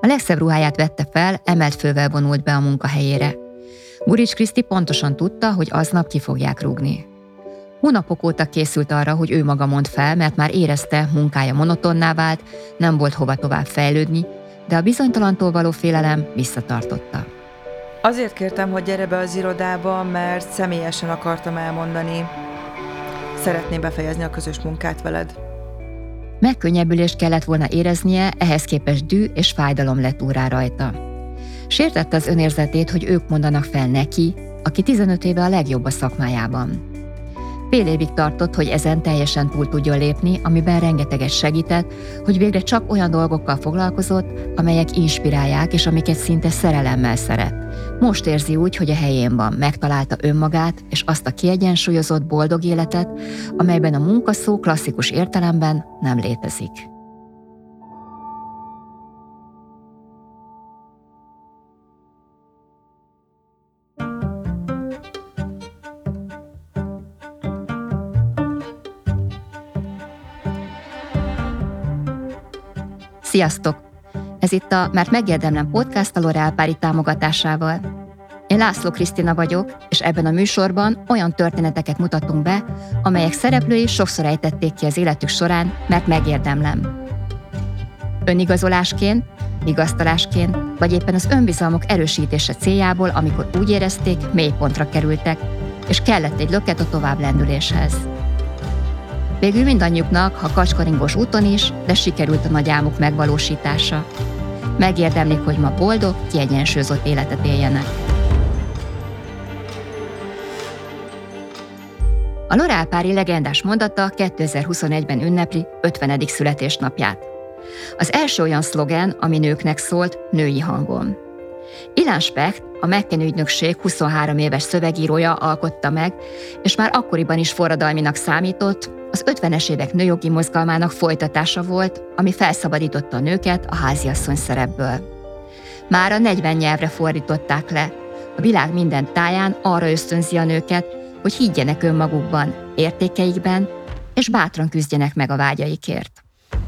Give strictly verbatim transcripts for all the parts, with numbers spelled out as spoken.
A legszebb ruháját vette fel, emelt fővel vonult be a munkahelyére. Gurics Kriszti pontosan tudta, hogy aznap ki fogják rúgni. Hónapok óta készült arra, hogy ő maga mond fel, mert már érezte, munkája monotonná vált, nem volt hova tovább fejlődni, de a bizonytalantól való félelem visszatartotta. Azért kértem, hogy gyere be az irodába, mert személyesen akartam elmondani. Szeretném befejezni a közös munkát veled. Megkönnyebbülést kellett volna éreznie, ehhez képest dű és fájdalom lett úrrá rajta. Sértette az önérzetét, hogy ők mondanak fel neki, aki tizenöt éve a legjobb a szakmájában. Fél évig tartott, hogy ezen teljesen túl tudjon lépni, amiben rengeteget segített, hogy végre csak olyan dolgokkal foglalkozott, amelyek inspirálják, és amiket szinte szerelemmel szeret. Most érzi úgy, hogy a helyén van, megtalálta önmagát, és azt a kiegyensúlyozott, boldog életet, amelyben a munkaszó klasszikus értelemben nem létezik. Sziasztok! Ez itt a Mert megérdemlem podcast a L'Oréal Paris támogatásával. Én László Krisztina vagyok, és ebben a műsorban olyan történeteket mutatunk be, amelyek szereplői sokszor ejtették ki az életük során, mert megérdemlem. Önigazolásként, vigasztalásként, vagy éppen az önbizalmuk erősítése céljából, amikor úgy érezték, mélypontra kerültek, és kellett egy löket a továbblendüléshez. Végül mindannyiuknak, ha kacskaringós úton is, de sikerült a nagy álmuk megvalósítása. Megérdemlik, hogy ma boldog, kiegyensúlyozott életet éljenek. A L'Oréal Paris legendás mondata kétezer-huszonegyben ünnepli ötvenedik születésnapját. Az első olyan szlogen, ami nőknek szólt, női hangon. Ilan Specht, a McKinsey ügynökség huszonhárom éves szövegírója alkotta meg, és már akkoriban is forradalminak számított, az ötvenes évek nőjogi mozgalmának folytatása volt, ami felszabadította a nőket a háziasszony szerepből. Mára negyven nyelvre fordították le. A világ minden táján arra ösztönzi a nőket, hogy higgyenek önmagukban, értékeikben, és bátran küzdjenek meg a vágyaikért.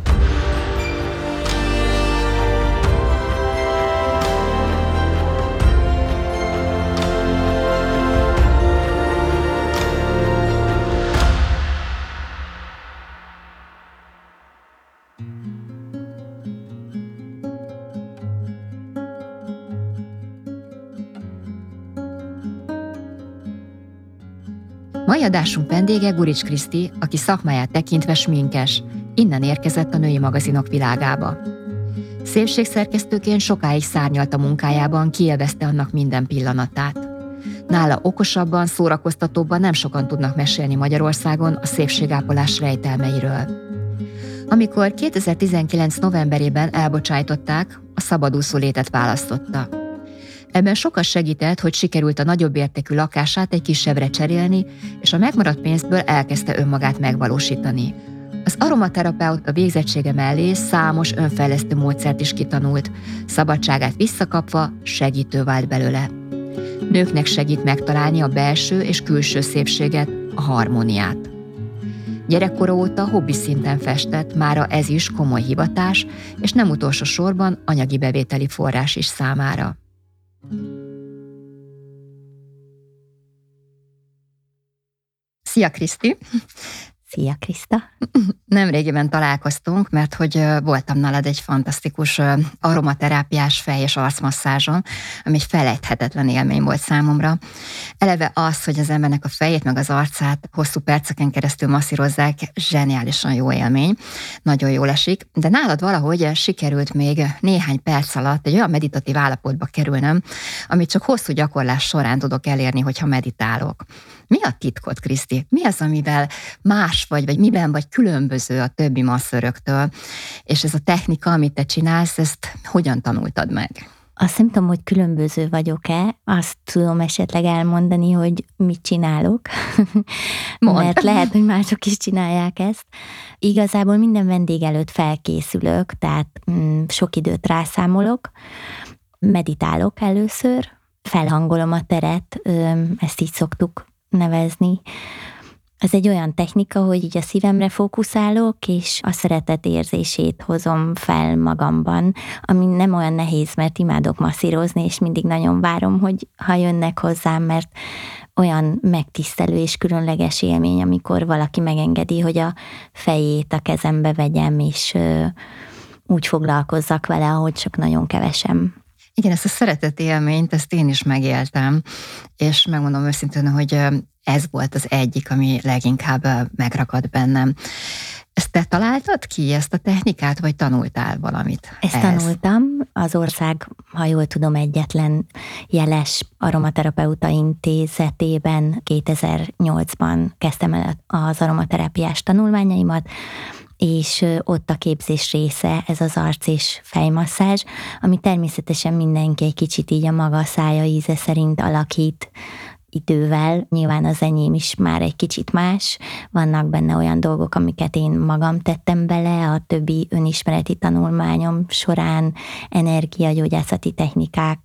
Mai adásunk vendége Gurics Kriszti, aki szakmáját tekintve sminkes, innen érkezett a női magazinok világába. Szépségszerkesztőként sokáig szárnyalt a munkájában, kiélvezte annak minden pillanatát. Nála okosabban, szórakoztatóbban nem sokan tudnak mesélni Magyarországon a szépségápolás rejtelmeiről. Amikor kétezer-tizenkilenc novemberében elbocsájtották, a szabadúszó létet választotta. Ebben sokat segített, hogy sikerült a nagyobb értékű lakását egy kisebbre cserélni, és a megmaradt pénzből elkezdte önmagát megvalósítani. Az aromaterapeuta végzettsége mellé számos önfejlesztő módszert is kitanult, szabadságát visszakapva segítő vált belőle. Nőknek segít megtalálni a belső és külső szépséget, a harmóniát. Gyerekkora óta hobbi szinten festett, mára ez is komoly hivatás, és nem utolsó sorban anyagi bevételi forrás is számára. Szia, Kriszti! Szia, Kriszta! Nemrégiben találkoztunk, mert hogy voltam nálad egy fantasztikus aromaterápiás fej- és arcmasszázson, ami egy felejthetetlen élmény volt számomra. Eleve az, hogy az embernek a fejét meg az arcát hosszú perceken keresztül masszírozzák, zseniálisan jó élmény, nagyon jól esik, de nálad valahogy sikerült még néhány perc alatt egy olyan meditatív állapotba kerülnöm, amit csak hosszú gyakorlás során tudok elérni, hogyha meditálok. Mi a titkod, Kriszti? Mi az, amivel más vagy, vagy miben vagy különböző a többi masszöröktől? És ez a technika, amit te csinálsz, ezt hogyan tanultad meg? Azt nem tudom, hogy különböző vagyok-e, azt tudom esetleg elmondani, hogy mit csinálok, mert lehet, hogy mások is csinálják ezt. Igazából minden vendég előtt felkészülök, tehát mm, sok időt rászámolok, meditálok először, felhangolom a teret, ezt így szoktuk nevezni, Ez egy olyan technika, hogy így a szívemre fókuszálok, és a szeretet érzését hozom fel magamban, ami nem olyan nehéz, mert imádok masszírozni, és mindig nagyon várom, hogy ha jönnek hozzám, mert olyan megtisztelő és különleges élmény, amikor valaki megengedi, hogy a fejét a kezembe vegyem, és ö, úgy foglalkozzak vele, ahogy csak nagyon kevesem. Igen, ezt a szeretet élményt, ezt én is megéltem, és megmondom őszintén, hogy ez volt az egyik, ami leginkább megragad bennem. Ezt te találtad ki, ezt a technikát, vagy tanultál valamit? Ezt ehhez? tanultam. Az ország, ha jól tudom, egyetlen jeles aromaterapeuta intézetében kétezer-nyolcban kezdtem el az aromaterápiás tanulmányaimat, és ott a képzés része ez az arc- és fejmasszázs, ami természetesen mindenki egy kicsit így a maga szája íze szerint alakít idővel. Nyilván az enyém is már egy kicsit más, vannak benne olyan dolgok, amiket én magam tettem bele, a többi önismereti tanulmányom során energiagyógyászati technikák,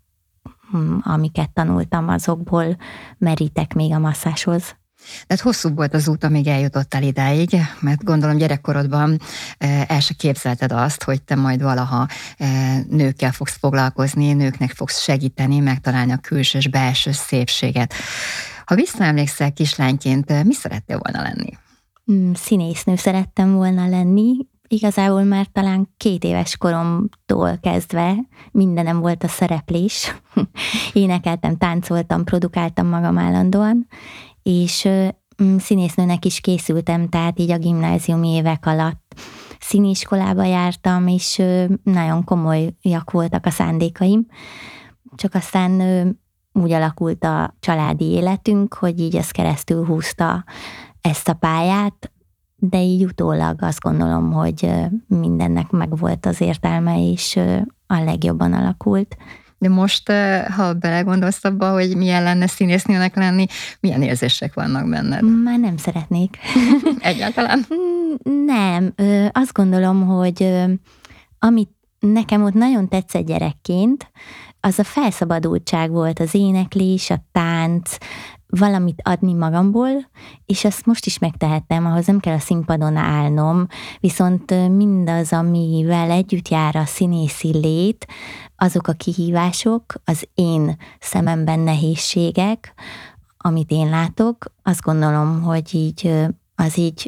amiket tanultam, azokból merítek még a masszáshoz. Tehát hosszú volt az út, amíg eljutottál idáig, mert gondolom gyerekkorodban el se képzelted azt, hogy te majd valaha nőkkel fogsz foglalkozni, nőknek fogsz segíteni, megtalálni a külső és belső szépséget. Ha visszaemlékszel kislányként, mi szerettél volna lenni? Színésznő szerettem volna lenni. Igazából már talán két éves koromtól kezdve mindenem volt a szereplés. Énekeltem, táncoltam, produkáltam magam állandóan, és színésznőnek is készültem, tehát így a gimnáziumi évek alatt színiskolába jártam, és nagyon komolyak voltak a szándékaim. Csak aztán úgy alakult a családi életünk, hogy így ez keresztül húzta ezt a pályát, de így utólag azt gondolom, hogy mindennek megvolt az értelme, és a legjobban alakult. De most, ha belegondolsz abba, hogy milyen lenne színésznőnek lenni, milyen érzések vannak benned? Már nem szeretnék. Egyáltalán? Nem. Azt gondolom, hogy amit nekem ott nagyon tetszett gyerekként, az a felszabadultság volt, az éneklés, a tánc, valamit adni magamból, és azt most is megtehettem, ahhoz nem kell a színpadon állnom, viszont mindaz, amivel együtt jár a színészi lét, azok a kihívások, az én szememben nehézségek, amit én látok, azt gondolom, hogy így az így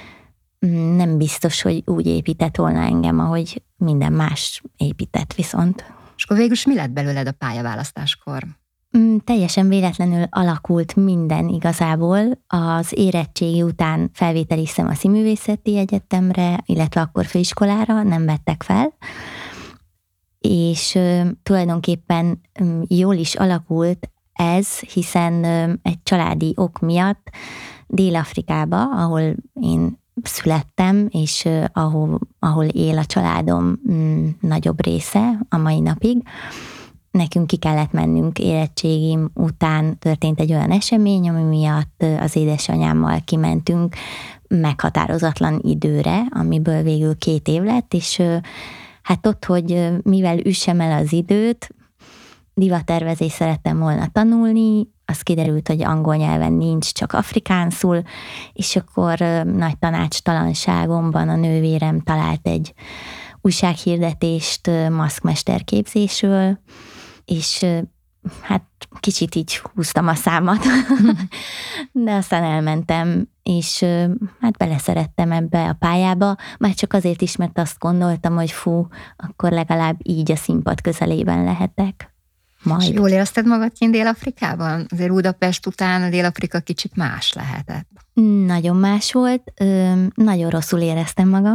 nem biztos, hogy úgy épített volna engem, ahogy minden más épített viszont. És akkor végül is mi lett belőled a pályaválasztáskor? Mm, teljesen véletlenül alakult minden igazából. Az érettségi után felvételiztem a Színművészeti Egyetemre, illetve akkor főiskolára, nem vettek fel, és ö, tulajdonképpen ö, jól is alakult ez, hiszen ö, egy családi ok miatt Dél-Afrikába, ahol én születtem, és ö, ahol, ahol él a családom mm, nagyobb része a mai napig, nekünk ki kellett mennünk érettségim után, történt egy olyan esemény, ami miatt az édesanyámmal kimentünk meghatározatlan időre, amiből végül két év lett, és hát ott, hogy mivel üssem el az időt, divattervezést szerettem volna tanulni, az kiderült, hogy angol nyelven nincs, csak afrikánszul, és akkor nagy tanácstalanságomban a nővérem talált egy újsághirdetést maszkmesterképzésről, és hát kicsit így húztam a számat, de aztán elmentem, és hát beleszerettem ebbe a pályába, már csak azért is, mert azt gondoltam, hogy fú, akkor legalább így a színpad közelében lehetek. Majd. És jól érezted magad kint Dél-Afrikában? Azért Budapest után a Dél-Afrika kicsit más lehetett. Nagyon más volt, nagyon rosszul éreztem magam,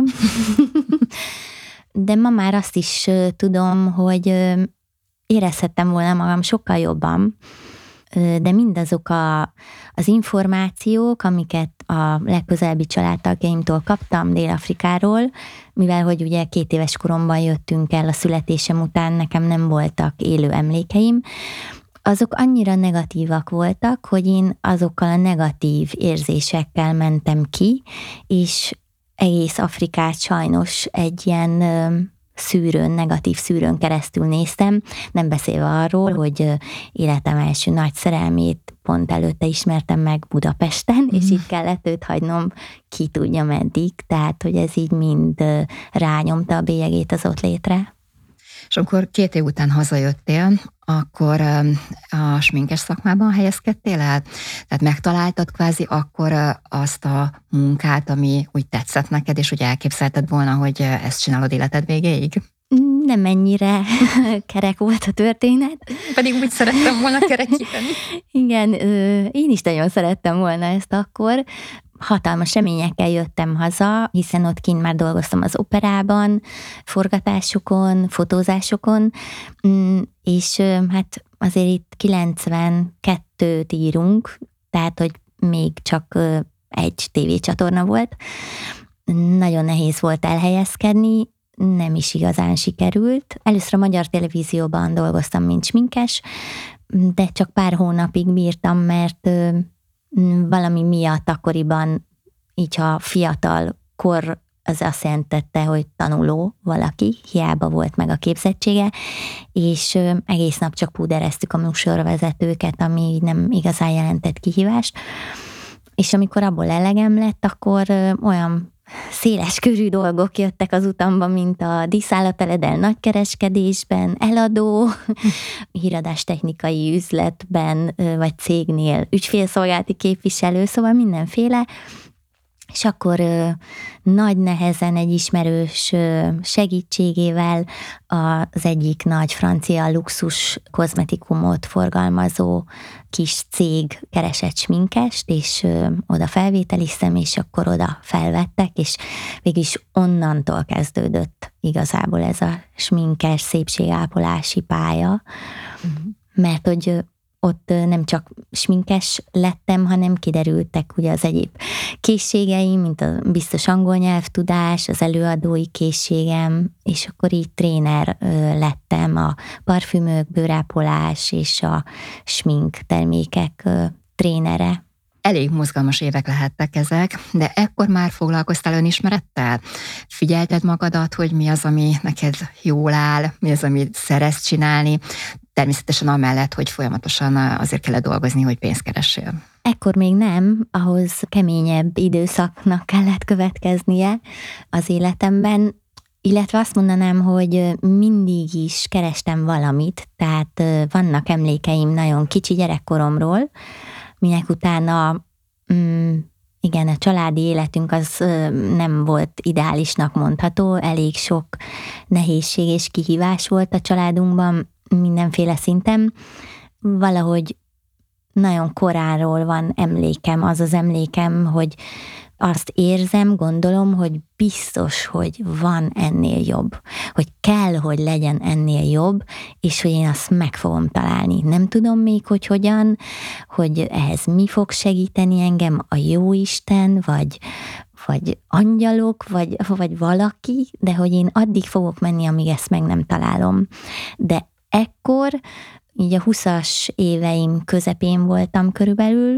de ma már azt is tudom, hogy érezhettem volna magam sokkal jobban, de mindazok a, az információk, amiket a legközelebbi családtagjaimtól kaptam Dél-Afrikáról, mivel hogy ugye két éves koromban jöttünk el a születésem után, nekem nem voltak élő emlékeim, azok annyira negatívak voltak, hogy én azokkal a negatív érzésekkel mentem ki, és egész Afrikát sajnos egy ilyen szűrőn, negatív szűrőn keresztül néztem, nem beszélve arról, hogy életem első nagy szerelmét pont előtte ismertem meg Budapesten, mm. és itt kellett őt hagynom, ki tudja meddig, tehát, hogy ez így mind rányomta a bélyegét az ott létre. És amikor két év után hazajöttél, akkor a sminkes szakmában helyezkedtél el? Tehát megtaláltad kvázi akkor azt a munkát, ami úgy tetszett neked, és úgy elképzelted volna, hogy ezt csinálod életed végéig? Nem ennyire kerek volt a történet. Pedig úgy szerettem volna kerekíteni. Igen, én is nagyon szerettem volna ezt akkor. Hatalmas reményekkel jöttem haza, hiszen ott kint már dolgoztam az operában, forgatásokon, fotózásokon, és hát azért itt kilencvenkettőt írunk, tehát hogy még csak egy tévécsatorna volt. Nagyon nehéz volt elhelyezkedni, nem is igazán sikerült. Először a Magyar Televízióban dolgoztam, mint sminkes, de csak pár hónapig bírtam, mert valami miatt akkoriban, így ha fiatal kor, az azt jelentette, hogy tanuló valaki, hiába volt meg a képzettsége, és egész nap csak púdereztük a műsorvezetőket, ami nem igazán jelentett kihívást. És amikor abból elegem lett, akkor olyan széles körű dolgok jöttek az utamba, mint a díszállatteledel nagykereskedésben, eladó, híradás technikai üzletben, vagy cégnél ügyfélszolgálati képviselő, szóval mindenféle. És akkor ö, nagy nehezen egy ismerős ö, segítségével az egyik nagy francia luxus kozmetikumot forgalmazó kis cég keresett sminkest, és ö, oda felvételiztem, és akkor oda felvettek, és végülis onnantól kezdődött igazából ez a sminkes szépségápolási pálya, uh-huh. mert hogy ott nem csak sminkes lettem, hanem kiderültek ugye az egyéb készségeim, mint a biztos angol nyelvtudás, az előadói készségem, és akkor így tréner lettem a parfümök, bőrápolás és a smink termékek trénere. Elég mozgalmas évek lehettek ezek, de ekkor már foglalkoztál önismerettel? Figyelted magadat, hogy mi az, ami neked jól áll, mi az, amit szeretsz csinálni? Természetesen amellett, hogy folyamatosan azért kellett dolgozni, hogy pénzt keressél. Ekkor még nem, ahhoz keményebb időszaknak kellett következnie az életemben, illetve azt mondanám, hogy mindig is kerestem valamit, tehát vannak emlékeim nagyon kicsi gyerekkoromról, minek utána mm, igen, a családi életünk az nem volt ideálisnak mondható, elég sok nehézség és kihívás volt a családunkban, mindenféle szinten. Valahogy nagyon koránról van emlékem, az az emlékem, hogy azt érzem, gondolom, hogy biztos, hogy van ennél jobb, hogy kell, hogy legyen ennél jobb, és hogy én azt meg fogom találni. Nem tudom még, hogy hogyan, hogy ehhez mi fog segíteni engem, a Jóisten, vagy, vagy angyalok, vagy, vagy valaki, de hogy én addig fogok menni, amíg ezt meg nem találom. De ekkor, így a huszas éveim közepén voltam körülbelül,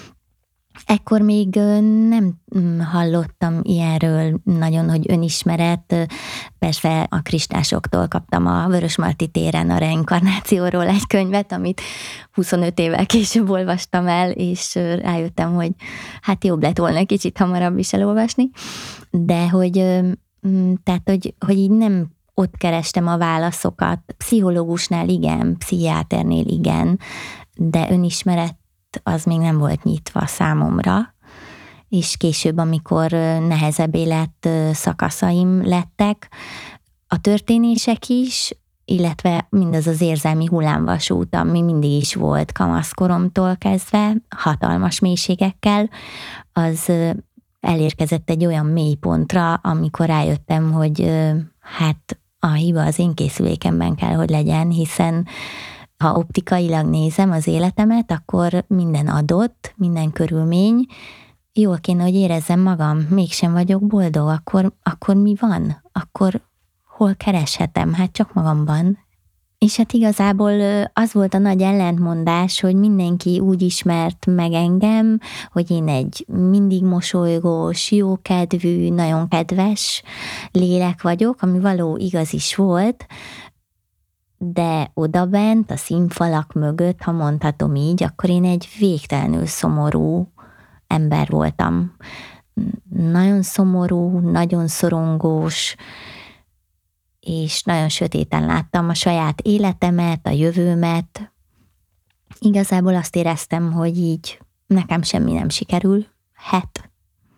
ekkor még nem hallottam ilyenről nagyon, hogy önismeret. Persze a kristásoktól kaptam a Vörösmarty téren a reinkarnációról egy könyvet, amit huszonöt évvel később olvastam el, és rájöttem, hogy hát jobb lett volna kicsit hamarabb is elolvasni. De hogy, tehát, hogy, hogy így nem ott kerestem a válaszokat. Pszichológusnál igen, pszichiáternél igen, de önismeret az még nem volt nyitva számomra, és később, amikor nehezebb élet szakaszaim lettek, a történések is, illetve mindaz az érzelmi hullámvasút, ami mindig is volt kamaszkoromtól kezdve, hatalmas mélységekkel, az elérkezett egy olyan mélypontra, amikor rájöttem, hogy hát a hiba az én készülékemben kell, hogy legyen, hiszen ha optikailag nézem az életemet, akkor minden adott, minden körülmény, jól kéne, hogy érezzem magam, mégsem vagyok boldog, akkor, akkor mi van? Akkor hol kereshetem? Hát csak magamban. És hát igazából az volt a nagy ellentmondás, hogy mindenki úgy ismert meg engem, hogy én egy mindig mosolygós, jókedvű, nagyon kedves lélek vagyok, ami való igaz is volt, de odabent, a színfalak mögött, ha mondhatom így, akkor én egy végtelenül szomorú ember voltam. Nagyon szomorú, nagyon szorongós, és nagyon sötéten láttam a saját életemet, a jövőmet. Igazából azt éreztem, hogy így nekem semmi nem sikerül, hát.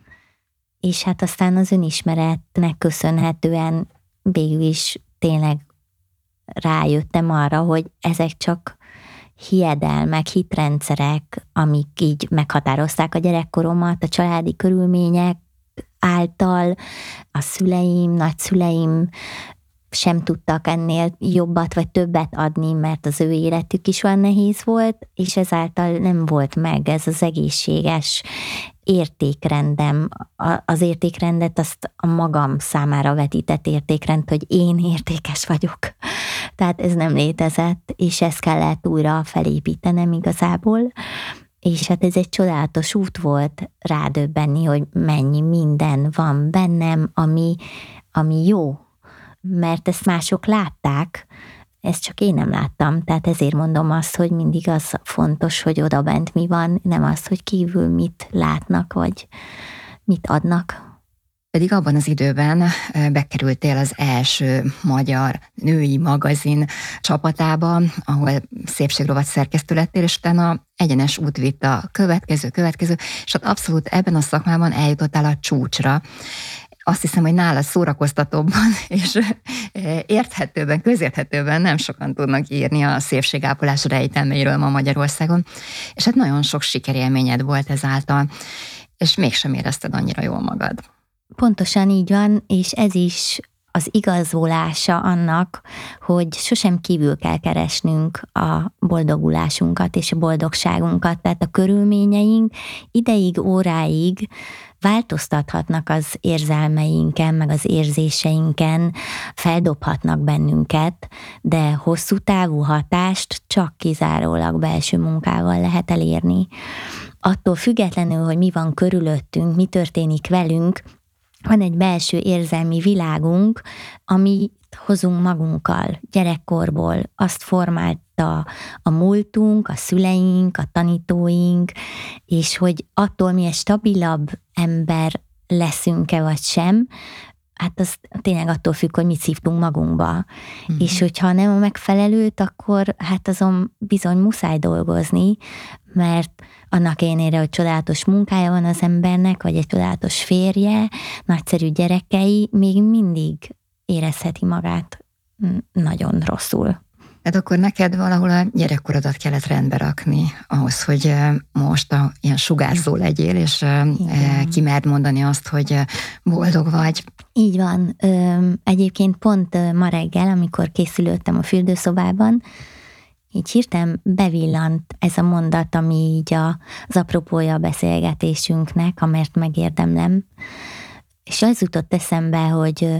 És hát aztán az önismeretnek köszönhetően végül is tényleg rájöttem arra, hogy ezek csak hiedelmek, hitrendszerek, amik így meghatározták a gyerekkoromat, a családi körülmények által, a szüleim, nagyszüleim sem tudtak ennél jobbat vagy többet adni, mert az ő életük is olyan nehéz volt, és ezáltal nem volt meg ez az egészséges értékrendem. Az értékrendet azt a magam számára vetített értékrend, hogy én értékes vagyok. Tehát ez nem létezett, és ezt kellett újra felépítenem igazából. És hát ez egy csodálatos út volt rádöbbenni, hogy mennyi minden van bennem, ami, ami jó, mert ezt mások látták, ezt csak én nem láttam, tehát ezért mondom azt, hogy mindig az fontos, hogy odabent mi van, nem az, hogy kívül mit látnak, vagy mit adnak. Pedig abban az időben bekerültél az első magyar női magazin csapatába, ahol szépségrovat szerkesztő lettél, és utána egyenes út vitt a következő, következő, és hát abszolút ebben a szakmában eljutottál a csúcsra. Azt hiszem, hogy nála szórakoztatóbban és érthetőben, közérthetőben nem sokan tudnak írni a szépségápolás rejtelmeiről ma Magyarországon, és hát nagyon sok sikerélményed volt ezáltal, és mégsem érezted annyira jól magad. Pontosan így van, és ez is az igazolása annak, hogy sosem kívül kell keresnünk a boldogulásunkat és a boldogságunkat, tehát a körülményeink ideig, óráig változtathatnak az érzelmeinken, meg az érzéseinken, feldobhatnak bennünket, de hosszú távú hatást csak kizárólag belső munkával lehet elérni. Attól függetlenül, hogy mi van körülöttünk, mi történik velünk, van egy belső érzelmi világunk, amit hozunk magunkkal gyerekkorból, azt formálta a múltunk, a szüleink, a tanítóink, és hogy attól mi egy stabilabb ember leszünk-e vagy sem, hát az tényleg attól függ, hogy mit szívtunk magunkba. Mm-hmm. És hogyha nem a megfelelőt, akkor hát azon bizony muszáj dolgozni, mert annak ellenére, hogy csodálatos munkája van az embernek, vagy egy csodálatos férje, nagyszerű gyerekei, még mindig érezheti magát nagyon rosszul. Tehát akkor neked valahol a gyerekkorodat kellett rendbe rakni ahhoz, hogy most a, ilyen sugárzó legyél, és igen, kimerd mondani azt, hogy boldog vagy. Így van. Egyébként pont ma reggel, amikor készülődtem a fürdőszobában, így hirtelen bevillant ez a mondat, ami így a, az apropója a beszélgetésünknek, amért megérdemlem. És az jutott eszembe, hogy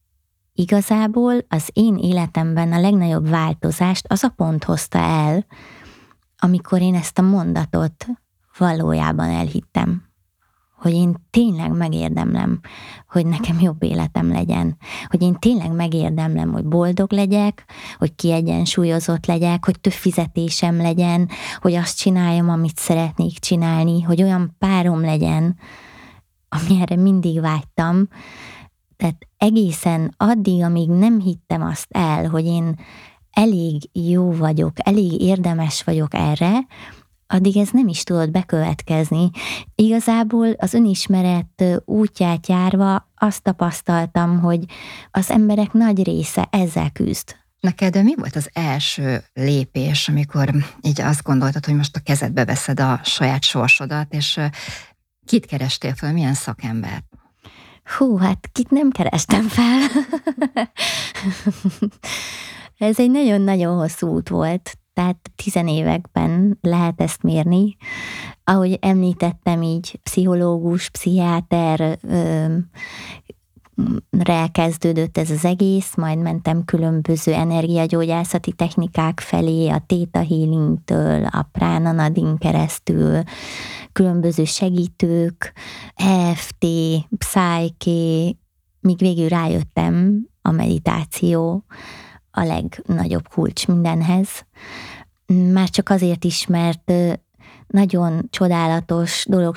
igazából az én életemben a legnagyobb változást az a pont hozta el, amikor én ezt a mondatot valójában elhittem. Hogy én tényleg megérdemlem, hogy nekem jobb életem legyen. Hogy én tényleg megérdemlem, hogy boldog legyek, hogy kiegyensúlyozott legyek, hogy több fizetésem legyen, hogy azt csináljam, amit szeretnék csinálni, hogy olyan párom legyen, ami erre mindig vágytam. Tehát egészen addig, amíg nem hittem azt el, hogy én elég jó vagyok, elég érdemes vagyok erre, addig ez nem is tudott bekövetkezni. Igazából az önismeret útját járva azt tapasztaltam, hogy az emberek nagy része ezzel küzd. Neked mi volt az első lépés, amikor így azt gondoltad, hogy most a kezedbe veszed a saját sorsodat, és kit kerestél fel, milyen szakembert? Hú, hát kit nem kerestem fel. Ez egy nagyon-nagyon hosszú út volt, tehát tizenévekben lehet ezt mérni. Ahogy említettem, így pszichológus, pszichiáter, kezdődött ez az egész, majd mentem különböző energiagyógyászati technikák felé, a Theta Healing-től, a Prana Nadin keresztül, különböző segítők, E F T, Psyche, míg végül rájöttem, a meditáció a legnagyobb kulcs mindenhez. Már csak azért is, mert nagyon csodálatos dolog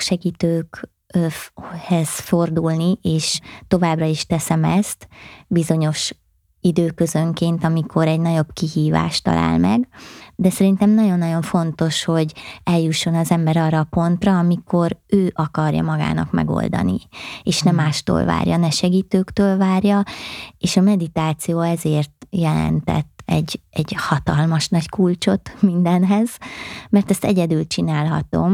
segítőkhez fordulni, és továbbra is teszem ezt bizonyos időközönként, amikor egy nagyobb kihívást talál meg, de szerintem nagyon-nagyon fontos, hogy eljusson az ember arra a pontra, amikor ő akarja magának megoldani, és nem mástól várja, ne segítőktől várja, és a meditáció ezért jelentett egy, egy hatalmas nagy kulcsot mindenhez, mert ezt egyedül csinálhatom,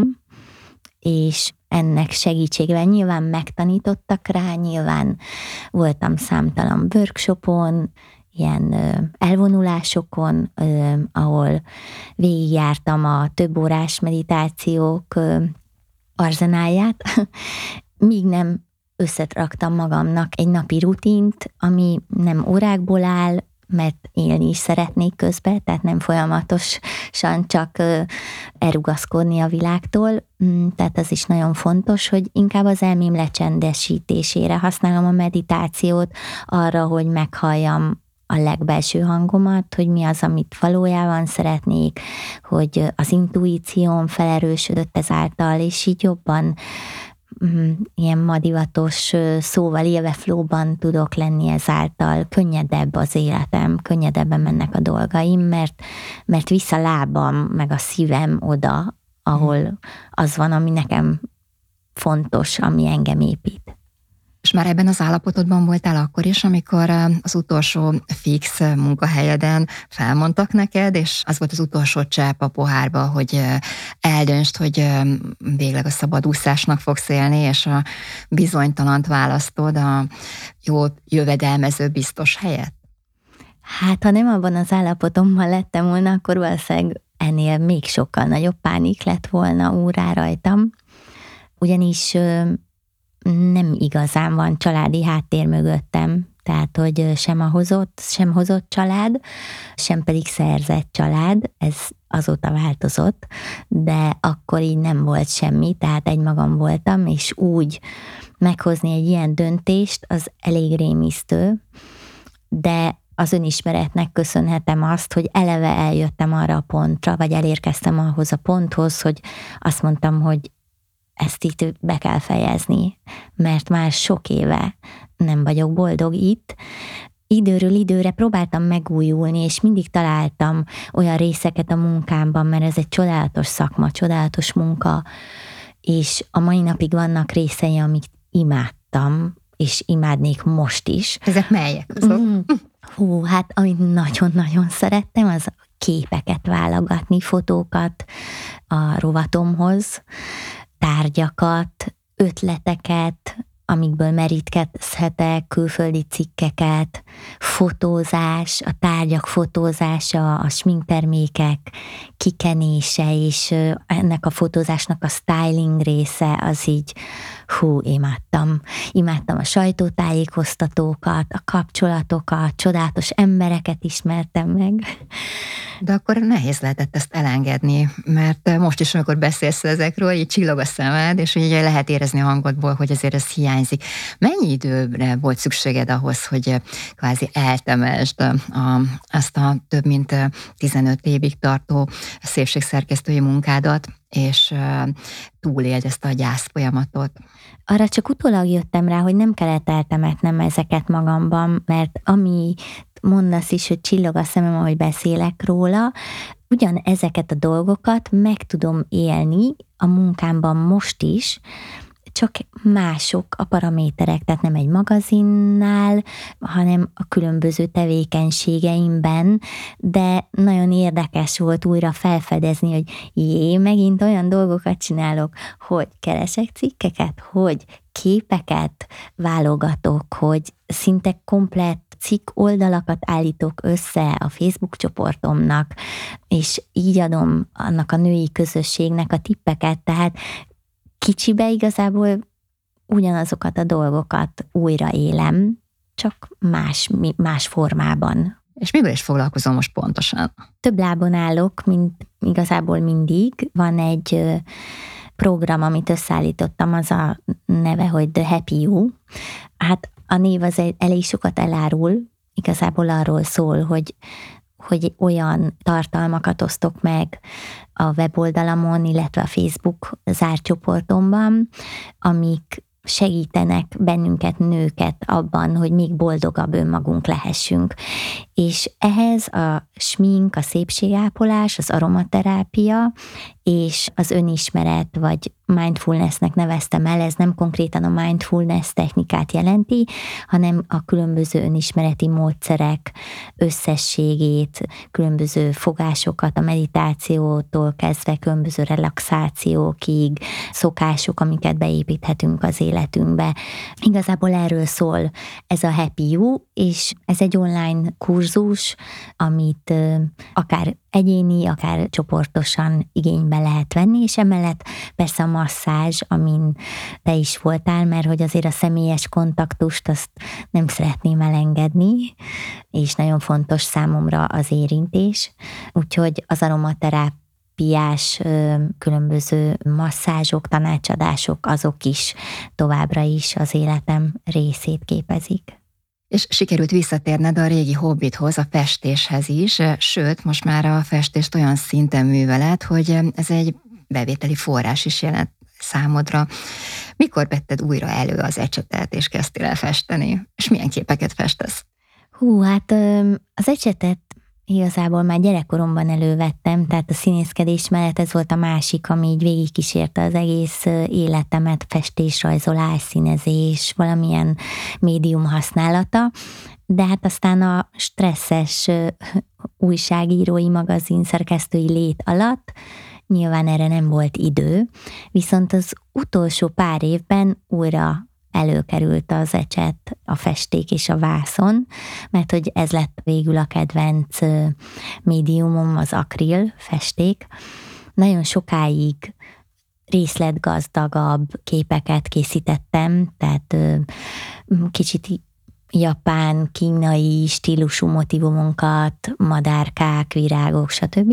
és ennek segítségével nyilván megtanítottak rá, nyilván voltam számtalan workshopon, ilyen elvonulásokon, ahol végigjártam a több órás meditációk arzenáját, míg nem összetraktam magamnak egy napi rutint, ami nem órákból áll, mert élni is szeretnék közben, tehát nem folyamatosan csak elrugaszkodni a világtól, tehát az is nagyon fontos, hogy inkább az elmém lecsendesítésére használom a meditációt, arra, hogy meghalljam a legbelső hangomat, hogy mi az, amit valójában szeretnék, hogy az intuícióm felerősödött ezáltal, és így jobban ilyen madivatos szóval élve flowban tudok lenni ezáltal, könnyedebb az életem, könnyedebben mennek a dolgaim, mert, mert visz a lábam, meg a szívem oda, ahol az van, ami nekem fontos, ami engem épít. És már ebben az állapotodban voltál akkor is, amikor az utolsó fix munkahelyeden felmondtak neked, és az volt az utolsó csepp a pohárba, hogy eldöntsd, hogy végleg a szabadúszásnak fogsz élni, és a bizonytalant választod a jó jövedelmező biztos helyet? Hát, ha nem abban az állapotomban lettem volna, akkor valószínűleg ennél még sokkal nagyobb pánik lett volna úrrá rajtam. Ugyanis nem igazán van családi háttér mögöttem, tehát, hogy sem a hozott, sem hozott család, sem pedig szerzett család, ez azóta változott, de akkor így nem volt semmi, tehát egymagam voltam, és úgy meghozni egy ilyen döntést, az elég rémisztő, de az önismeretnek köszönhetem azt, hogy eleve eljöttem arra a pontra, vagy elérkeztem ahhoz a ponthoz, hogy azt mondtam, hogy ezt itt be kell fejezni, mert már sok éve nem vagyok boldog itt. Időről időre próbáltam megújulni, és mindig találtam olyan részeket a munkámban, mert ez egy csodálatos szakma, csodálatos munka, és a mai napig vannak részei, amik imádtam, és imádnék most is. Ezek melyek azok? Mm. Hú, hát amit nagyon-nagyon szerettem, az képeket válogatni, fotókat a rovatomhoz, tárgyakat, ötleteket, amikből merítkezhetek, külföldi cikkeket, fotózás, a tárgyak fotózása, a sminktermékek kikenése, és ennek a fotózásnak a styling része, az így, hú, imádtam. Imádtam a sajtótájékoztatókat, a kapcsolatokat, csodálatos embereket ismertem meg. De akkor nehéz lehetett ezt elengedni, mert most is, amikor beszélsz ezekről, így csillog a szemed, és ugye lehet érezni a hangodból, hogy azért ez hiányzik. Mennyi időre volt szükséged ahhoz, hogy kvázi eltemesd a, azt a több mint tizenöt évig tartó szépségszerkesztői munkádat, és túléld ezt a gyász folyamatot? Arra csak utólag jöttem rá, hogy nem kellett eltemetnem ezeket magamban, mert ami mondasz is, hogy csillog a szemem, ahogy beszélek róla, ugyan ezeket a dolgokat meg tudom élni a munkámban most is, csak mások a paraméterek, tehát nem egy magazinnál, hanem a különböző tevékenységeimben, de nagyon érdekes volt újra felfedezni, hogy jé, megint olyan dolgokat csinálok, hogy keresek cikkeket, hogy képeket válogatok, hogy szinte komplett cikk oldalakat állítok össze a Facebook csoportomnak, és így adom annak a női közösségnek a tippeket, tehát kicsibe igazából ugyanazokat a dolgokat újra élem, csak más, más formában. És mivel is foglalkozom most pontosan? Több lábon állok, mint igazából mindig. Van egy program, amit összeállítottam, az a neve, hogy The Happy You. Hát a név az elég sokat elárul, igazából arról szól, hogy, hogy olyan tartalmakat osztok meg a weboldalamon, illetve a Facebook zárt csoportomban, amik segítenek bennünket, nőket abban, hogy még boldogabb önmagunk lehessünk. És ehhez a smink, a szépségápolás, az aromaterápia és az önismeret, vagy mindfulnessnek neveztem el, ez nem konkrétan a mindfulness technikát jelenti, hanem a különböző önismereti módszerek összességét, különböző fogásokat, a meditációtól kezdve különböző relaxációkig, szokások, amiket beépíthetünk az életünkbe. Igazából erről szól ez a Happy You, és ez egy online kurzus, amit akár egyéni, akár csoportosan igénybe lehet venni, és emellett persze a masszázs, amin te is voltál, mert hogy azért a személyes kontaktust azt nem szeretném elengedni, és nagyon fontos számomra az érintés, úgyhogy az aromaterápiás különböző masszázsok, tanácsadások, azok is továbbra is az életem részét képezik. És sikerült visszatérned a régi hobbithoz, a festéshez is, sőt, most már a festést olyan szinten műveled, hogy ez egy bevételi forrás is jelent számodra. Mikor vetted újra elő az ecsetet, és kezdtél el festeni? És milyen képeket festesz? Hú, hát az ecsetet igazából már gyerekkoromban elővettem, tehát a színészkedés mellett ez volt a másik, ami így végigkísérte az egész életemet, festés, rajzolás, színezés, valamilyen médium használata, de hát aztán a stresszes újságírói, magazin szerkesztői lét alatt nyilván erre nem volt idő, viszont az utolsó pár évben újra előkerült az ecset, a festék és a vászon, mert hogy ez lett végül a kedvenc médiumom, az akril festék. Nagyon sokáig részletgazdagabb képeket készítettem, tehát kicsit japán, kínai stílusú motivumokat, madárkák, virágok, stb.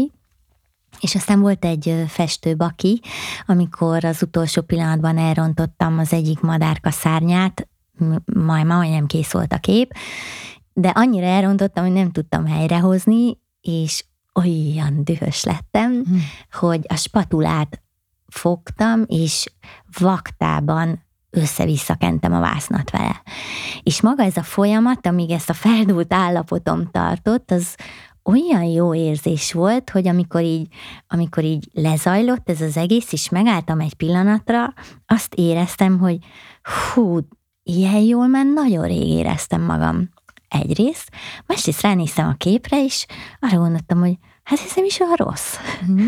És aztán volt egy festőbaki, amikor az utolsó pillanatban elrontottam az egyik madárka szárnyát, majd majdnem kész volt a kép, de annyira elrontottam, hogy nem tudtam helyrehozni, és olyan dühös lettem, mm. hogy a spatulát fogtam, és vaktában össze-vissza kentem a vásznat vele. És maga ez a folyamat, amíg ezt a feldúlt állapotom tartott, az olyan jó érzés volt, hogy amikor így, amikor így lezajlott ez az egész, és megálltam egy pillanatra, azt éreztem, hogy hú, ilyen jól már nagyon rég éreztem magam. Egyrészt, másrészt ránéztem a képre, és arra gondoltam, hogy hát ez nem is olyan rossz. Mm-hmm.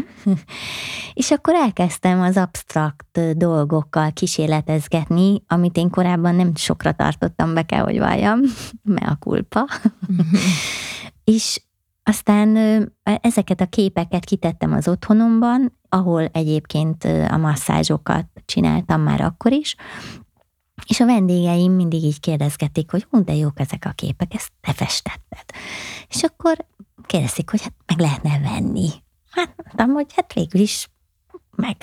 És akkor elkezdtem az absztrakt dolgokkal kísérletezgetni, amit én korábban nem sokra tartottam, be kell, hogy valljam, mea culpa. Mm-hmm. És aztán ezeket a képeket kitettem az otthonomban, ahol egyébként a masszázsokat csináltam már akkor is, és a vendégeim mindig így kérdezgették, hogy hú, de jók ezek a képek, ezt te festetted. És akkor kérdezték, hogy hát meg lehetne venni. Hát mondtam, hogy hát végül is meg.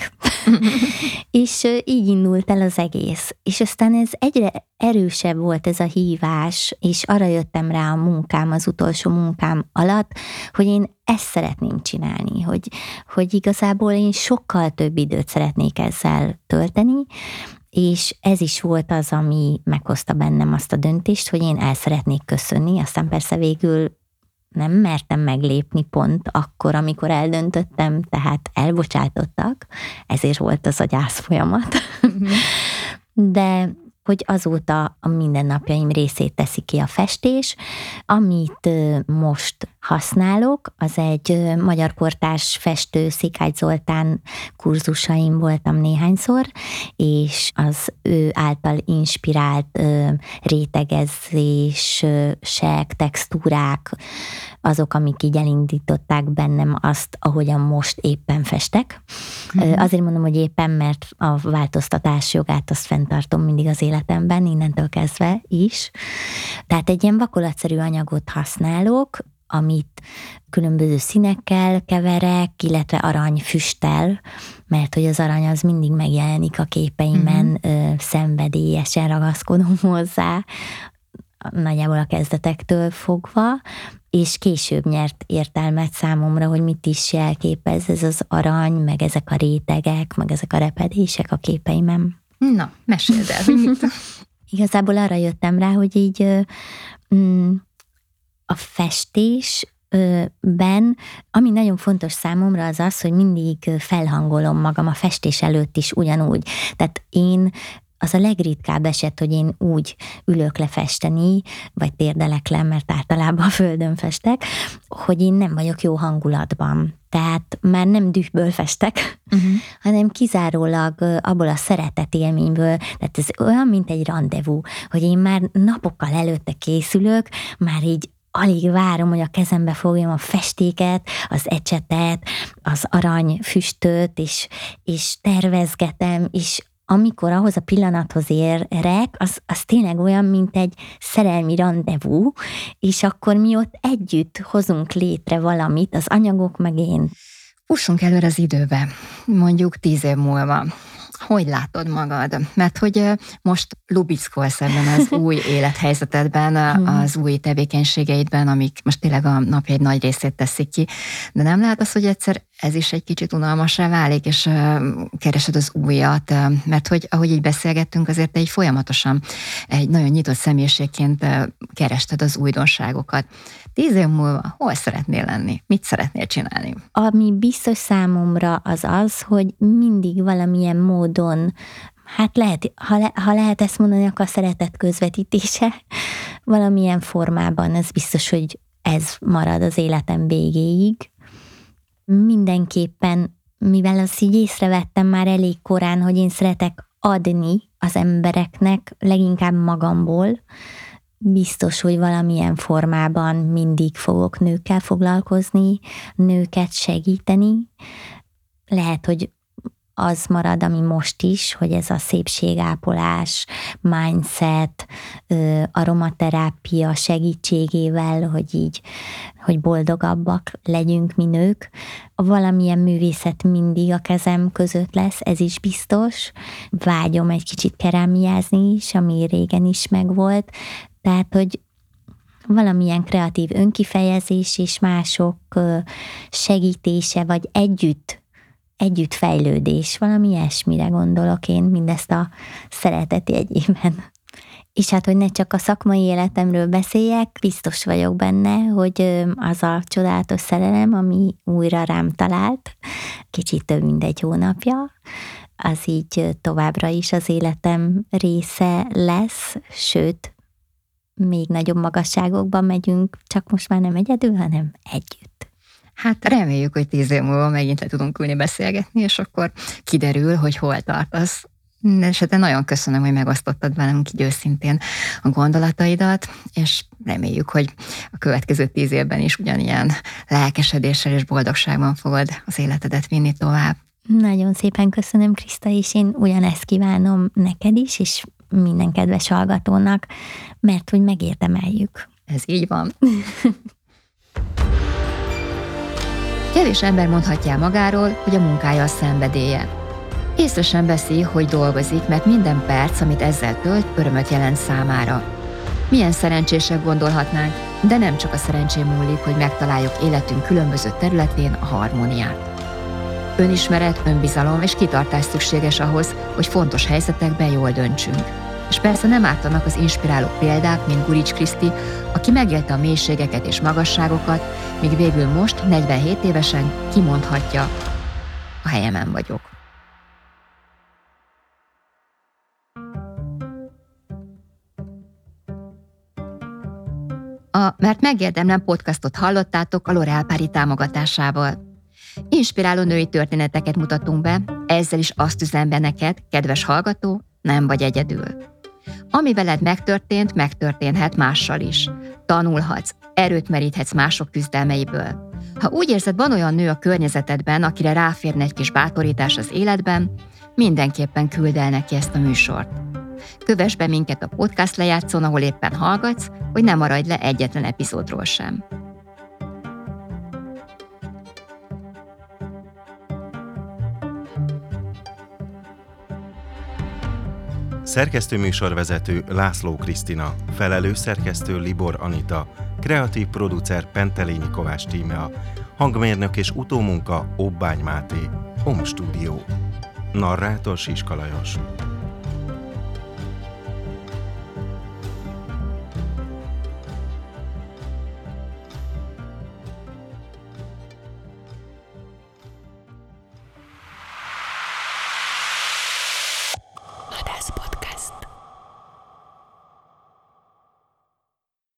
És így indult el az egész. És aztán ez egyre erősebb volt ez a hívás, és arra jöttem rá a munkám, az utolsó munkám alatt, hogy én ezt szeretném csinálni, hogy, hogy igazából én sokkal több időt szeretnék ezzel tölteni, és ez is volt az, ami meghozta bennem azt a döntést, hogy én el szeretnék köszönni, aztán persze végül nem mertem meglépni pont akkor, amikor eldöntöttem, tehát elbocsátottak, ezért volt az a gyász folyamat. Mm-hmm. De hogy azóta a mindennapjaim részét teszi ki a festés, amit most használok, az egy magyar kortárs festő, Székály Zoltán kurzusaim voltam néhányszor, és az ő által inspirált rétegezések, textúrák, azok, amik így elindították bennem azt, ahogyan most éppen festek. Mm-hmm. Azért mondom, hogy éppen, mert a változtatás jogát azt fenntartom mindig az életemben, innentől kezdve is. Tehát egy ilyen vakolatszerű anyagot használok, amit különböző színekkel keverek, illetve aranyfüsttel, mert hogy az arany az mindig megjelenik a képeimen, mm-hmm. szenvedélyesen ragaszkodom hozzá, nagyjából a kezdetektől fogva, és később nyert értelmet számomra, hogy mit is jelképez ez az arany, meg ezek a rétegek, meg ezek a repedések a képeimen. Na, meséld el, hogy mit? Igazából arra jöttem rá, hogy így mm, a festésben, ami nagyon fontos számomra, az az, hogy mindig felhangolom magam a festés előtt is ugyanúgy. Tehát én az a legritkább eset, hogy én úgy ülök le festeni, vagy térdelek le, mert általában a földön festek, hogy én nem vagyok jó hangulatban. Tehát már nem dühből festek, uh-huh. hanem kizárólag abból a szeretet élményből, tehát ez olyan, mint egy randevú, hogy én már napokkal előtte készülök, már így alig várom, hogy a kezembe fogjam a festéket, az ecsetet, az aranyfüstöt, és, és tervezgetem, és amikor ahhoz a pillanathoz érek, az, az tényleg olyan, mint egy szerelmi randevú, és akkor mi ott együtt hozunk létre valamit, az anyagok meg én. Fussunk előre az időbe, mondjuk tíz év múlva. Hogy látod magad? Mert hogy most lubickolsz ebben az új élethelyzetedben, az új tevékenységeidben, amik most tényleg a napja egy nagy részét teszik ki, de nem lehet az, hogy egyszer ez is egy kicsit unalmassá válik, és keresed az újat, mert hogy ahogy így beszélgettünk, azért te így folyamatosan egy nagyon nyitott személyiségként kerested az újdonságokat. Tíz év múlva hol szeretnél lenni? Mit szeretnél csinálni? Ami biztos számomra az az, hogy mindig valamilyen módon, hát lehet, ha, le, ha lehet ezt mondani, akkor a szeretet közvetítése valamilyen formában, ez biztos, hogy ez marad az életem végéig. Mindenképpen, mivel azt így észrevettem már elég korán, hogy én szeretek adni az embereknek, leginkább magamból, biztos, hogy valamilyen formában mindig fogok nőkkel foglalkozni, nőket segíteni. Lehet, hogy az marad, ami most is, hogy ez a szépségápolás, mindset, aromaterápia segítségével, hogy így, hogy boldogabbak legyünk mi nők. Valamilyen művészet mindig a kezem között lesz, ez is biztos. Vágyom egy kicsit kerámiázni is, ami régen is megvolt. Tehát, hogy valamilyen kreatív önkifejezés és mások segítése, vagy együtt, együtt fejlődés, valami ilyesmire gondolok én mindezt a szeretet jegyében. És hát, hogy ne csak a szakmai életemről beszéljek, biztos vagyok benne, hogy az a csodálatos szerelem, ami újra rám talált, kicsit több mint egy hónapja, az így továbbra is az életem része lesz, sőt, még nagyobb magasságokban megyünk, csak most már nem egyedül, hanem együtt. Hát reméljük, hogy tíz év múlva megint le tudunk ülni beszélgetni, és akkor kiderül, hogy hol tartasz. És hát nagyon köszönöm, hogy megosztottad velünk így őszintén a gondolataidat, és reméljük, hogy a következő tíz évben is ugyanilyen lelkesedéssel és boldogságban fogod az életedet vinni tovább. Nagyon szépen köszönöm, Kriszta, és én ugyanezt kívánom neked is, és minden kedves hallgatónak, mert hogy megérdemeljük. Ez így van. Kevés ember mondhatja magáról, hogy a munkája a szenvedélye. Észre sem veszi, hogy dolgozik, mert minden perc, amit ezzel tölt, örömöt jelent számára. Milyen szerencsések gondolhatnánk, de nem csak a szerencsém múlik, hogy megtaláljuk életünk különböző területén a harmóniát. Önismeret, önbizalom és kitartás szükséges ahhoz, hogy fontos helyzetekben jól döntsünk. És persze nem ártanak az inspiráló példák, mint Gurics Kriszti, aki megélte a mélységeket és magasságokat, míg végül most, negyvenhét évesen kimondhatja, a helyemen vagyok. A Mert megérdemlem podcastot hallottátok a L'Oréal Paris támogatásával. Inspiráló női történeteket mutatunk be, ezzel is azt üzem be neked, kedves hallgató, nem vagy egyedül. Ami veled megtörtént, megtörténhet mással is. Tanulhatsz, erőt meríthetsz mások küzdelmeiből. Ha úgy érzed, van olyan nő a környezetedben, akire ráférne egy kis bátorítás az életben, mindenképpen küld el neki ezt a műsort. Kövess be minket a podcast lejátszón, ahol éppen hallgatsz, hogy ne maradj le egyetlen epizódról sem. Szerkesztőműsorvezető László Krisztina, felelős szerkesztő Libor Anita, kreatív producer Pentelényi Kovács Tímea, hangmérnök és utómunka Obbány Máté, Home Studio. Narrátor Siska Lajos.